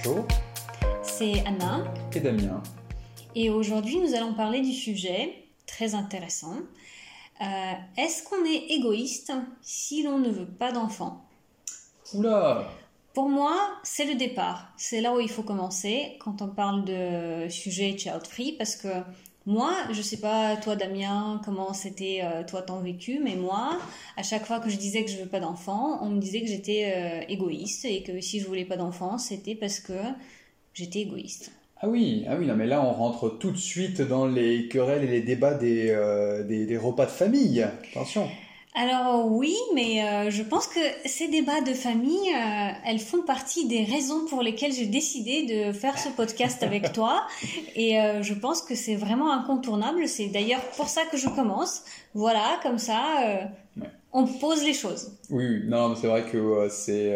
Bonjour. C'est Anna. Et Damien. Et aujourd'hui, nous allons parler du sujet très intéressant. Est-ce qu'on est égoïste si l'on ne veut pas d'enfants ? Oula! Pour moi, c'est le départ. C'est là où il faut commencer quand on parle de sujet child-free, parce que moi, je sais pas, toi Damien, comment c'était toi ton vécu, mais moi, à chaque fois que je disais que je veux pas d'enfants, on me disait que j'étais égoïste et que si je voulais pas d'enfants, c'était parce que j'étais égoïste. Ah oui, non, mais là on rentre tout de suite dans les querelles et les débats des repas de famille. Attention. Alors oui, mais je pense que ces débats de famille, elles font partie des raisons pour lesquelles j'ai décidé de faire ce podcast avec toi. Et je pense que c'est vraiment incontournable. C'est d'ailleurs pour ça que je commence. Voilà, comme ça, on pose les choses. Oui, non, mais c'est vrai que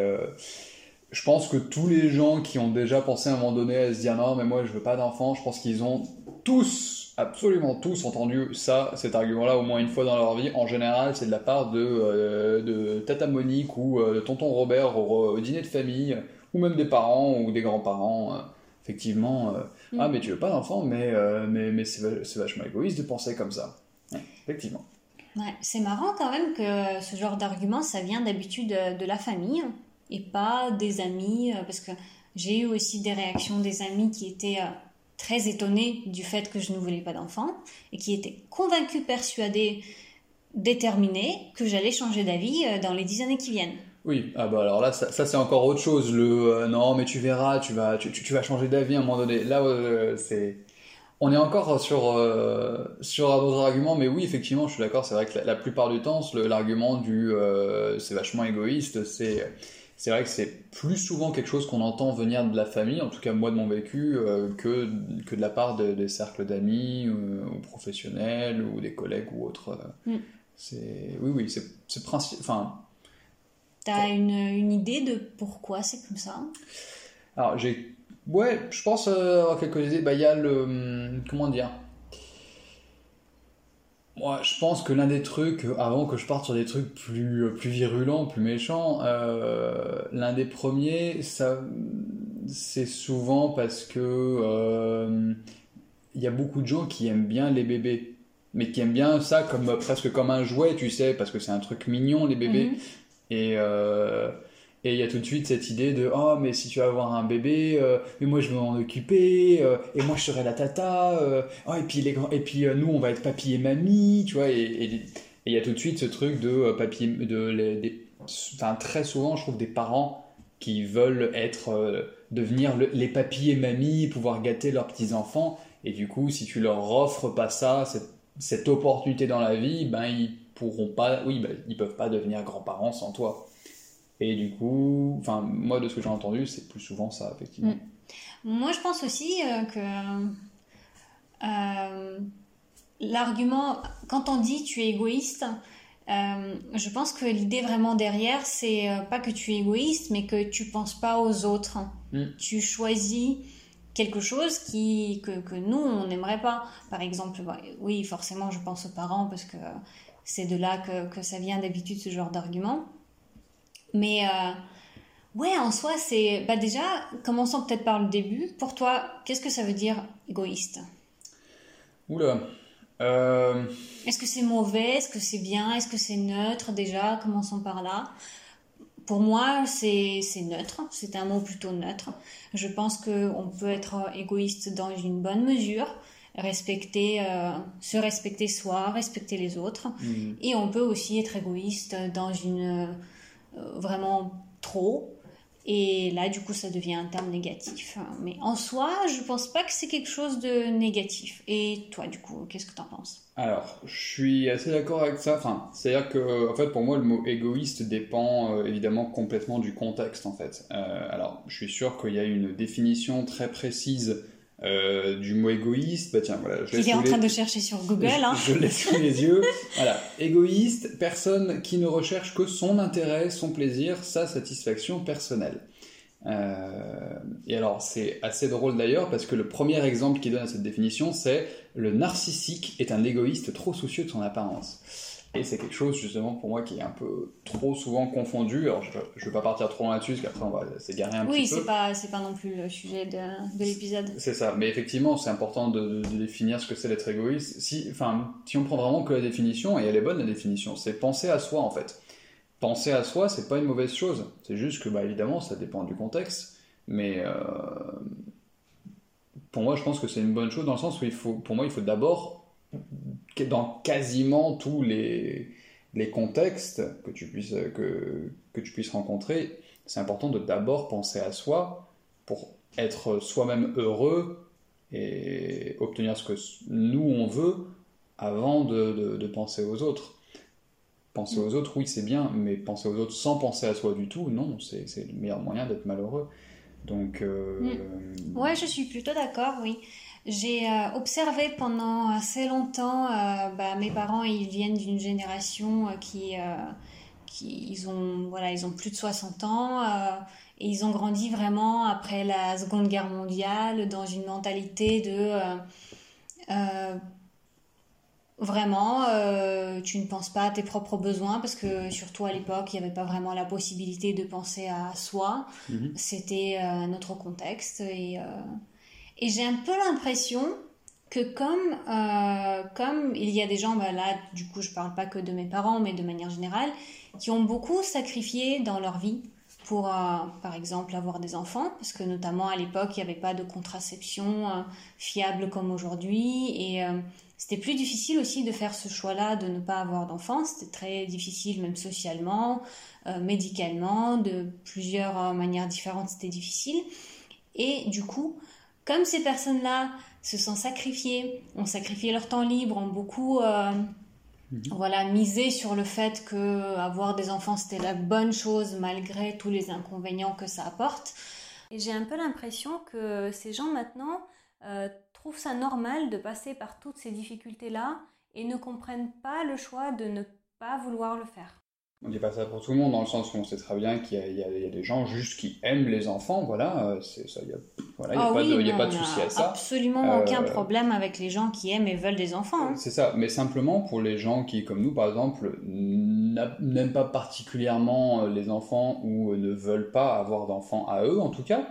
je pense que tous les gens qui ont déjà pensé à un moment donné à se dire non, mais moi je veux pas d'enfants, je pense qu'ils ont tous, absolument tous entendu cet argument-là au moins une fois dans leur vie. En général, c'est de la part de Tata Monique ou de Tonton Robert au dîner de famille, ou même des parents ou des grands-parents. Effectivement, ah mais tu veux pas d'enfants, mais c'est vachement égoïste de penser comme ça. Ouais, effectivement. Ouais, c'est marrant quand même que ce genre d'argument, ça vient d'habitude de la famille et pas des amis, parce que j'ai eu aussi des réactions des amis qui étaient très étonnés du fait que je ne voulais pas d'enfants et qui étaient convaincus, persuadés, déterminés que j'allais changer d'avis dans les 10 années qui viennent. Oui, ah bah alors là, ça c'est encore autre chose. Non, mais tu verras, tu vas changer d'avis à un moment donné. Là, on est encore sur un autre argument, mais oui, effectivement, je suis d'accord. C'est vrai que la plupart du temps, l'argument du c'est vachement égoïste, c'est vrai que c'est plus souvent quelque chose qu'on entend venir de la famille, en tout cas moi de mon vécu, que de la part des cercles d'amis ou professionnels ou des collègues ou autres. Oui, c'est principe. Enfin. T'as une idée de pourquoi c'est comme ça ? Alors je pense avoir quelques idées. Bah il y a comment dire. Moi, je pense que l'un des trucs, avant que je parte sur des trucs plus virulents, plus méchants, l'un des premiers, ça, c'est souvent parce que y a beaucoup de gens qui aiment bien les bébés, mais qui aiment bien ça presque comme un jouet, tu sais, parce que c'est un truc mignon les bébés. Et il y a tout de suite cette idée de oh mais si tu vas avoir un bébé, mais moi je vais m'en occuper, et moi je serai la tata, oh et puis nous on va être papy et mamie, tu vois, et il y a tout de suite ce truc de papy enfin très souvent je trouve des parents qui veulent devenir les papy et mamie, pouvoir gâter leurs petits enfants, et du coup si tu leur offres pas cette opportunité dans la vie, ben ils peuvent pas devenir grands-parents sans toi. Et du coup, enfin, moi, de ce que j'ai entendu, c'est plus souvent ça, effectivement. Moi, je pense aussi que l'argument, quand on dit tu es égoïste, je pense que l'idée vraiment derrière, c'est pas que tu es égoïste, mais que tu penses pas aux autres. Tu choisis quelque chose que nous, on n'aimerait pas. Par exemple, oui, forcément, je pense aux parents, parce que c'est de là que ça vient d'habitude, ce genre d'argument. Mais ouais, en soi, c'est... Bah déjà, commençons peut-être par le début. Pour toi, qu'est-ce que ça veut dire égoïste ? Oula. Est-ce que c'est mauvais ? Est-ce que c'est bien ? Est-ce que c'est neutre déjà ? Commençons par là. Pour moi, c'est neutre. C'est un mot plutôt neutre. Je pense qu'on peut être égoïste dans une bonne mesure, se respecter soi, respecter les autres. Et on peut aussi être égoïste dans une... vraiment trop, et là du coup ça devient un terme négatif, mais en soi je pense pas que c'est quelque chose de négatif. Et toi du coup, qu'est-ce que t'en penses ? Alors, je suis assez d'accord avec ça, enfin, c'est-à-dire que en fait pour moi le mot égoïste dépend évidemment complètement du contexte en fait. Alors je suis sûr qu'il y a une définition très précise du mot égoïste. Bah tiens, voilà, il est en train de chercher sur Google. Je l'ai sous les yeux. Voilà, égoïste, personne qui ne recherche que son intérêt, son plaisir, sa satisfaction personnelle. Et alors, c'est assez drôle d'ailleurs, parce que le premier exemple qui donne à cette définition, c'est le narcissique est un égoïste trop soucieux de son apparence. Et c'est quelque chose, justement, pour moi, qui est un peu trop souvent confondu. Alors, je ne vais pas partir trop loin là-dessus, parce qu'après, on va s'égarer un petit peu. Oui, c'est pas non plus le sujet de l'épisode. C'est ça. Mais effectivement, c'est important de définir ce que c'est d'être égoïste. Si on prend vraiment que la définition, et elle est bonne, la définition, c'est penser à soi, en fait. Penser à soi, c'est pas une mauvaise chose. C'est juste que, évidemment, ça dépend du contexte. Mais pour moi, je pense que c'est une bonne chose dans le sens où pour moi, il faut d'abord, dans quasiment tous les contextes que tu puisses rencontrer, c'est important de d'abord penser à soi pour être soi-même heureux et obtenir ce que nous on veut avant de penser aux autres. Penser aux autres, oui, c'est bien, mais penser aux autres sans penser à soi du tout, non, c'est le meilleur moyen d'être malheureux. Donc, Ouais, je suis plutôt d'accord, oui. J'ai observé pendant assez longtemps, mes parents, ils viennent d'une génération ils ont plus de 60 ans, et ils ont grandi vraiment après la Seconde Guerre mondiale dans une mentalité de vraiment, tu ne penses pas à tes propres besoins parce que surtout à l'époque, il n'y avait pas vraiment la possibilité de penser à soi. C'était notre contexte et j'ai un peu l'impression que comme il y a des gens, là, du coup, je parle pas que de mes parents, mais de manière générale, qui ont beaucoup sacrifié dans leur vie pour, par exemple, avoir des enfants, parce que notamment à l'époque, il n'y avait pas de contraception fiable comme aujourd'hui, et c'était plus difficile aussi de faire ce choix-là, de ne pas avoir d'enfants. C'était très difficile, même socialement, médicalement, de plusieurs manières différentes, c'était difficile. Et du coup, comme ces personnes-là se sont sacrifiées, ont sacrifié leur temps libre, ont beaucoup misé sur le fait que avoir des enfants c'était la bonne chose malgré tous les inconvénients que ça apporte. Et j'ai un peu l'impression que ces gens maintenant trouvent ça normal de passer par toutes ces difficultés-là et ne comprennent pas le choix de ne pas vouloir le faire. On dit pas ça pour tout le monde, dans le sens où on sait très bien qu'il y a des gens juste qui aiment les enfants, voilà, c'est ça, il n'y a pas de souci à ça. Absolument aucun problème avec les gens qui aiment et veulent des enfants. Hein. C'est ça, mais simplement pour les gens qui, comme nous par exemple, n'aiment pas particulièrement les enfants ou ne veulent pas avoir d'enfants à eux en tout cas.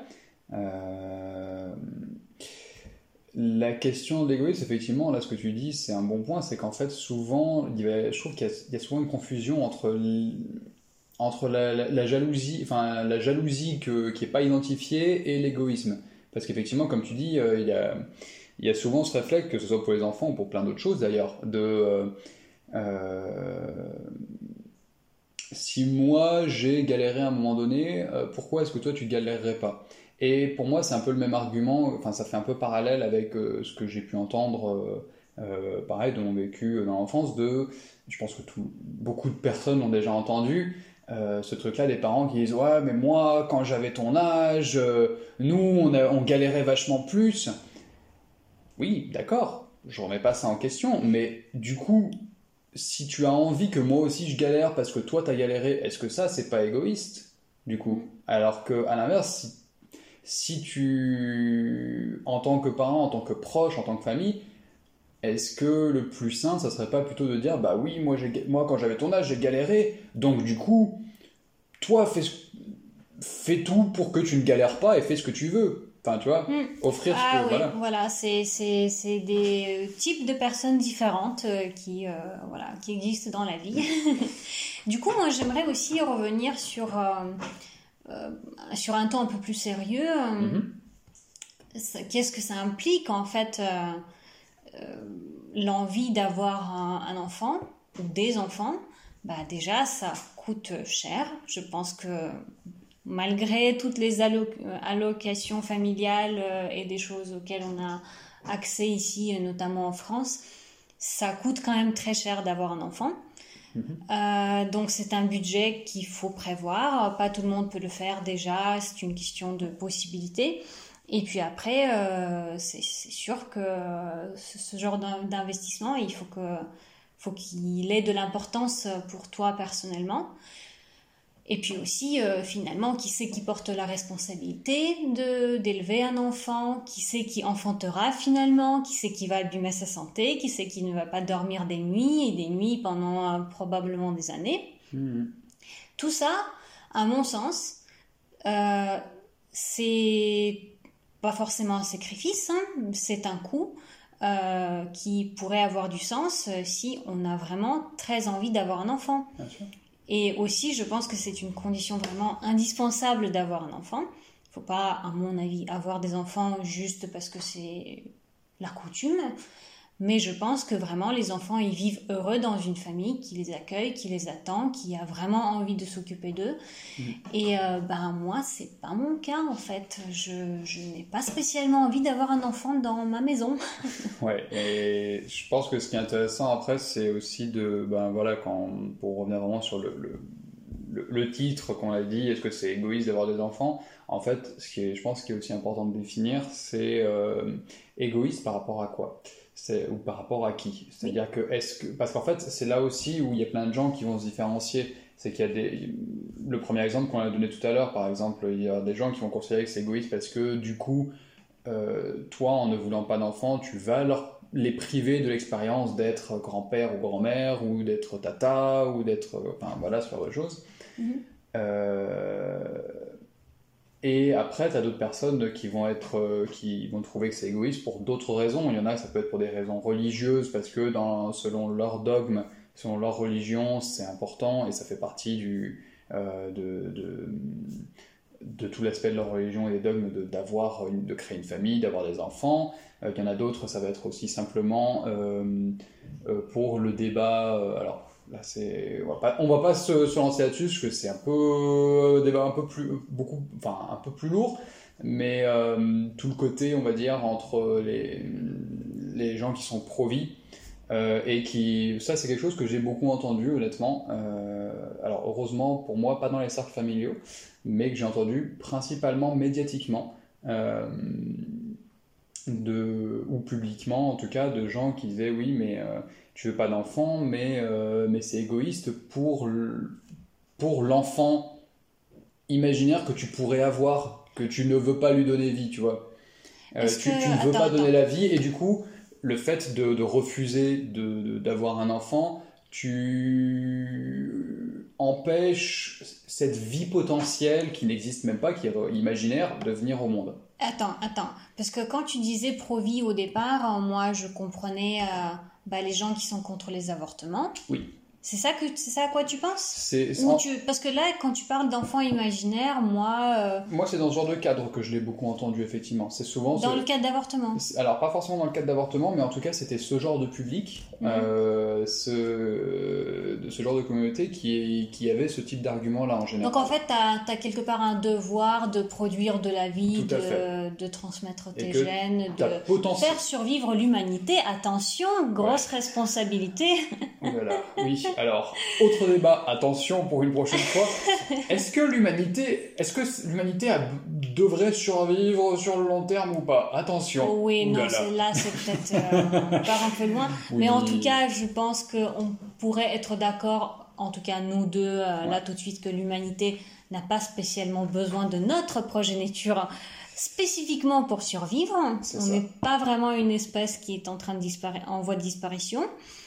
La question de l'égoïsme, effectivement, là ce que tu dis, c'est un bon point, c'est qu'en fait souvent, je trouve qu'il y a souvent une confusion entre la jalousie, enfin la jalousie qui est pas identifiée et l'égoïsme. Parce qu'effectivement, comme tu dis, il y a souvent ce réflexe, que ce soit pour les enfants ou pour plein d'autres choses d'ailleurs, si moi j'ai galéré à un moment donné, pourquoi est-ce que toi tu galérerais pas? Et pour moi, c'est un peu le même argument, enfin, ça fait un peu parallèle avec ce que j'ai pu entendre, pareil, de mon vécu dans l'enfance, je pense que beaucoup de personnes l'ont déjà entendu, ce truc-là, des parents qui disent « Ouais, mais moi, quand j'avais ton âge, nous, on galérait vachement plus. » Oui, d'accord, je remets pas ça en question, mais du coup, si tu as envie que moi aussi je galère parce que toi t'as galéré, est-ce que ça, c'est pas égoïste, du coup? Alors que, à l'inverse, si tu, en tant que parent, en tant que proche, en tant que famille, est-ce que le plus sain, ça serait pas plutôt de dire, bah oui, moi quand j'avais ton âge, j'ai galéré, donc du coup, toi, fais tout pour que tu ne galères pas et fais ce que tu veux. Enfin, tu vois, offrir ce que... Oui, voilà, c'est des types de personnes différentes qui existent dans la vie. Du coup, moi, j'aimerais aussi revenir sur un ton un peu plus sérieux. Qu'est-ce que ça implique, en fait, l'envie d'avoir un enfant ou des enfants? Déjà, ça coûte cher. Je pense que malgré toutes les allocations familiales et des choses auxquelles on a accès ici, notamment en France, ça coûte quand même très cher d'avoir un enfant. Donc c'est un budget qu'il faut prévoir. Pas tout le monde peut le faire déjà, c'est une question de possibilité. Et puis après, c'est sûr que ce genre d'investissement, il faut qu'il ait de l'importance pour toi personnellement. Et puis aussi, finalement, qui c'est qui porte la responsabilité d'élever un enfant, qui c'est qui enfantera finalement, qui c'est qui va abîmer sa santé, qui c'est qui ne va pas dormir des nuits et des nuits pendant probablement des années. Tout ça, à mon sens, c'est pas forcément un sacrifice, c'est un coût qui pourrait avoir du sens si on a vraiment très envie d'avoir un enfant. Bien sûr. Et aussi, je pense que c'est une condition vraiment indispensable d'avoir un enfant. Il ne faut pas, à mon avis, avoir des enfants juste parce que c'est la coutume. Mais je pense que vraiment, les enfants, ils vivent heureux dans une famille qui les accueille, qui les attend, qui a vraiment envie de s'occuper d'eux. Et moi, c'est pas mon cas, en fait. Je n'ai pas spécialement envie d'avoir un enfant dans ma maison. Ouais, et je pense que ce qui est intéressant après, c'est aussi pour revenir vraiment sur le titre qu'on a dit, est-ce que c'est égoïste d'avoir des enfants? En fait, je pense qui est aussi important de définir, c'est égoïste par rapport à quoi? Ou par rapport à qui? C'est-à-dire parce qu'en fait, c'est là aussi où il y a plein de gens qui vont se différencier. C'est qu'il y a le premier exemple qu'on a donné tout à l'heure, par exemple, il y a des gens qui vont considérer que c'est égoïste parce que du coup, toi, en ne voulant pas d'enfants, tu vas les priver de l'expérience d'être grand-père ou grand-mère, ou d'être tata, ou d'être... ce genre de choses. Et après, tu as d'autres personnes qui vont trouver que c'est égoïste pour d'autres raisons. Il y en a, ça peut être pour des raisons religieuses, parce que selon leur dogme, selon leur religion, c'est important, et ça fait partie de tout l'aspect de leur religion et des dogmes de créer une famille, d'avoir des enfants. Il y en a d'autres, ça va être aussi simplement pour le débat. Alors là, on va pas se lancer là-dessus parce que c'est un peu débat un peu plus lourd, mais tout le côté, on va dire, entre les gens qui sont pro-vie. Ça c'est quelque chose que j'ai beaucoup entendu honnêtement, alors heureusement pour moi pas dans les cercles familiaux, mais que j'ai entendu principalement médiatiquement ou publiquement en tout cas, de gens qui disaient oui mais tu veux pas d'enfant mais c'est égoïste pour l'enfant imaginaire que tu pourrais avoir, que tu ne veux pas lui donner vie, tu vois. Tu ne veux pas donner la vie, et du coup le fait de refuser d'avoir un enfant, tu empêches cette vie potentielle qui n'existe même pas, qui est imaginaire, de venir au monde. Attends, parce que quand tu disais pro-vie au départ, moi je comprenais les gens qui sont contre les avortements. Oui. C'est ça à quoi tu penses? Parce que là, quand tu parles d'enfants imaginaires, moi... Moi, c'est dans ce genre de cadre que je l'ai beaucoup entendu, effectivement. C'est souvent... Dans le cadre d'avortement? Alors, pas forcément dans le cadre d'avortement, mais en tout cas, c'était ce genre de public, de ce genre de communauté qui avait ce type d'argument-là, en général. Donc, en fait, t'as quelque part un devoir de produire de la vie, de transmettre tes gènes, de faire survivre l'humanité. Attention, grosse responsabilité. Voilà, oui. Alors, autre débat, attention pour une prochaine fois. Est-ce que l'humanité devrait survivre sur le long terme ou pas? Attention. Oui, non, c'est peut-être on part un peu loin. Oui. Mais en tout cas, je pense qu'on pourrait être d'accord, en tout cas nous deux, là tout de suite, que l'humanité n'a pas spécialement besoin de notre progéniture spécifiquement pour survivre. On n'est pas vraiment une espèce qui est en voie de disparition.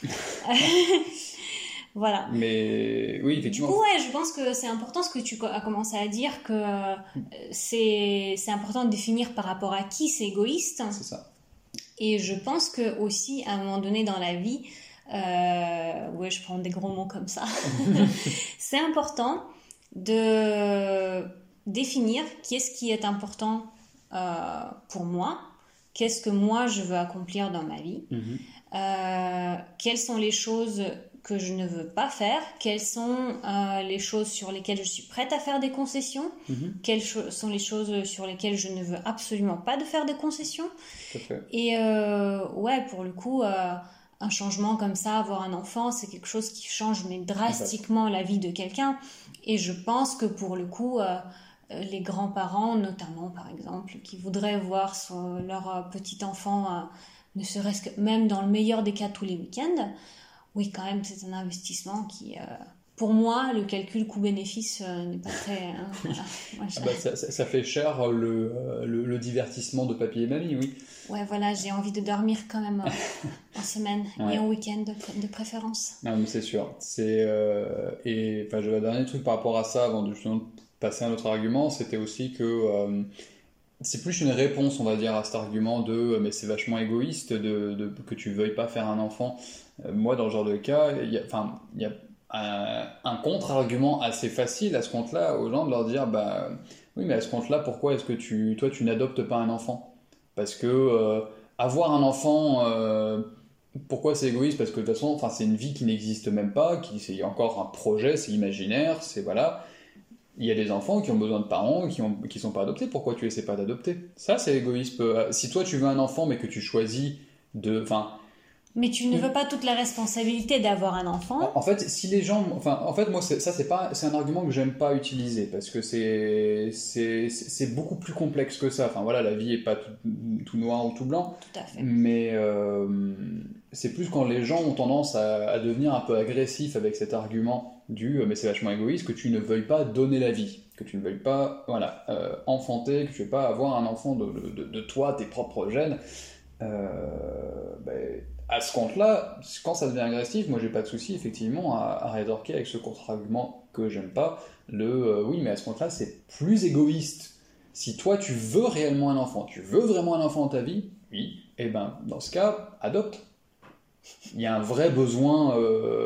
Voilà. Mais oui, effectivement. Du coup, je pense que c'est important ce que tu as commencé à dire, que c'est important de définir par rapport à qui c'est égoïste. C'est ça. Et je pense que aussi, à un moment donné dans la vie, je prends des gros mots comme ça, c'est important de définir qu'est-ce qui est important pour moi, qu'est-ce que moi je veux accomplir dans ma vie, quelles sont les choses que je ne veux pas faire, quelles sont les choses sur lesquelles je suis prête à faire des concessions, quelles sont les choses sur lesquelles je ne veux absolument pas de faire des concessions. Tout à fait. Et pour le coup, un changement comme ça, avoir un enfant, c'est quelque chose qui change mais drastiquement la vie de quelqu'un. Et je pense que pour le coup, les grands-parents, notamment par exemple, qui voudraient voir leur petit enfant, ne serait-ce que même dans le meilleur des cas tous les week-ends, oui, quand même, c'est un investissement qui pour moi, le calcul coût-bénéfice n'est pas très... voilà. Moi, ça fait cher le divertissement de papy et mamie, oui. Ouais, voilà, j'ai envie de dormir quand même en semaine et en week-end de préférence. Non, mais c'est sûr. Et enfin, j'avais un dernier truc par rapport à ça, avant de justement passer à un autre argument, c'était aussi que c'est plus une réponse, on va dire, à cet argument de mais c'est vachement égoïste que tu veuilles pas faire un enfant. Moi, dans ce genre de cas, il y a un contre-argument assez facile à ce compte-là, aux gens, de leur dire bah oui, mais à ce compte-là, pourquoi est-ce que tu n'adoptes pas un enfant? Parce que avoir un enfant, pourquoi c'est égoïste? Parce que de toute façon, enfin, c'est une vie qui n'existe même pas, c'est encore un projet, c'est imaginaire, c'est voilà. Il y a des enfants qui ont besoin de parents qui sont pas adoptés. Pourquoi tu essaies pas d'adopter? Ça, c'est égoïste. Si toi tu veux un enfant, mais que tu choisis mais tu ne veux pas toute la responsabilité d'avoir un enfant. En fait, si les gens, moi, c'est un argument que j'aime pas utiliser parce que c'est beaucoup plus complexe que ça. Enfin voilà, la vie est pas tout noir ou tout blanc. Tout à fait. Mais c'est plus quand les gens ont tendance à devenir un peu agressifs avec cet argument mais c'est vachement égoïste que tu ne veuilles pas donner la vie, que tu ne veuilles pas enfanter, que tu ne veuilles pas avoir un enfant de toi, tes propres gènes. À ce compte-là, quand ça devient agressif, moi j'ai pas de souci effectivement à rétorquer avec ce contre-argument que j'aime pas, oui, mais à ce compte-là c'est plus égoïste. Si toi tu veux réellement un enfant, tu veux vraiment un enfant dans ta vie, oui, et ben dans ce cas, adopte. Il y a un vrai besoin,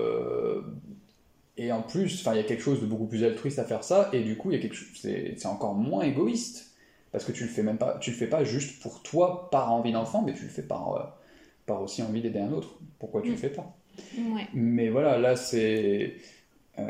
et en plus, il y a quelque chose de beaucoup plus altruiste à faire ça, et du coup c'est encore moins égoïste. Parce que tu le fais pas juste pour toi par envie d'enfant, mais tu le fais par aussi envie d'aider un autre. Pourquoi tu le fais pas? Ouais. Mais voilà, là c'est... on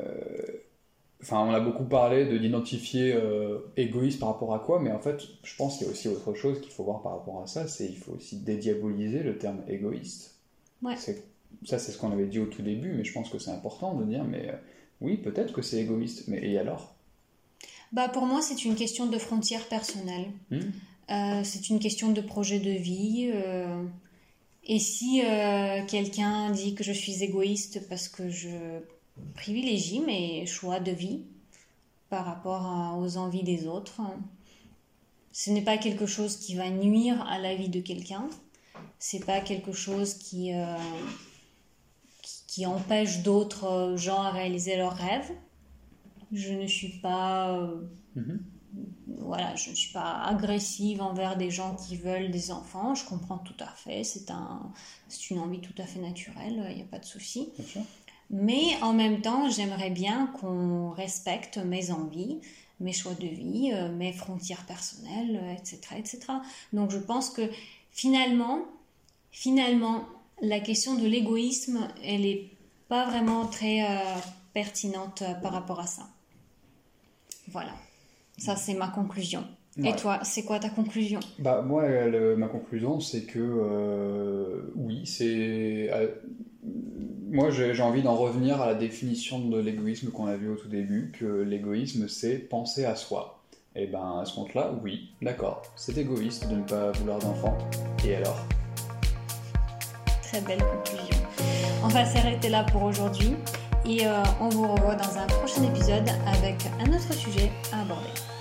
a beaucoup parlé d'identifier égoïste par rapport à quoi, mais en fait, je pense qu'il y a aussi autre chose qu'il faut voir par rapport à ça, il faut aussi dédiaboliser le terme égoïste. Ouais. Ça, c'est ce qu'on avait dit au tout début, mais je pense que c'est important de dire, mais oui, peut-être que c'est égoïste, mais et alors? Pour moi, c'est une question de frontières personnelles. C'est une question de projet de vie. Et si quelqu'un dit que je suis égoïste parce que je privilégie mes choix de vie par rapport aux envies des autres, ce n'est pas quelque chose qui va nuire à la vie de quelqu'un. C'est pas quelque chose qui empêche d'autres gens à réaliser leurs rêves. Je ne suis pas je ne suis pas agressive envers des gens qui veulent des enfants. Je comprends tout à fait, c'est une envie tout à fait naturelle, il n'y a pas de souci. Mais en même temps, j'aimerais bien qu'on respecte mes envies, mes choix de vie, mes frontières personnelles, etc., etc. Donc je pense que finalement, la question de l'égoïsme, elle n'est pas vraiment très pertinente par rapport à ça. Voilà, ça c'est ma conclusion. Ouais. Et toi, c'est quoi ta conclusion? Moi, ma conclusion, c'est que oui, c'est... moi, j'ai envie d'en revenir à la définition de l'égoïsme qu'on a vu au tout début, que l'égoïsme, c'est penser à soi. Et à ce compte-là, oui, d'accord, c'est égoïste de ne pas vouloir d'enfant. Et alors? Très belle conclusion. On va s'arrêter là pour aujourd'hui. Et on vous revoit dans un prochain épisode avec un autre sujet à aborder.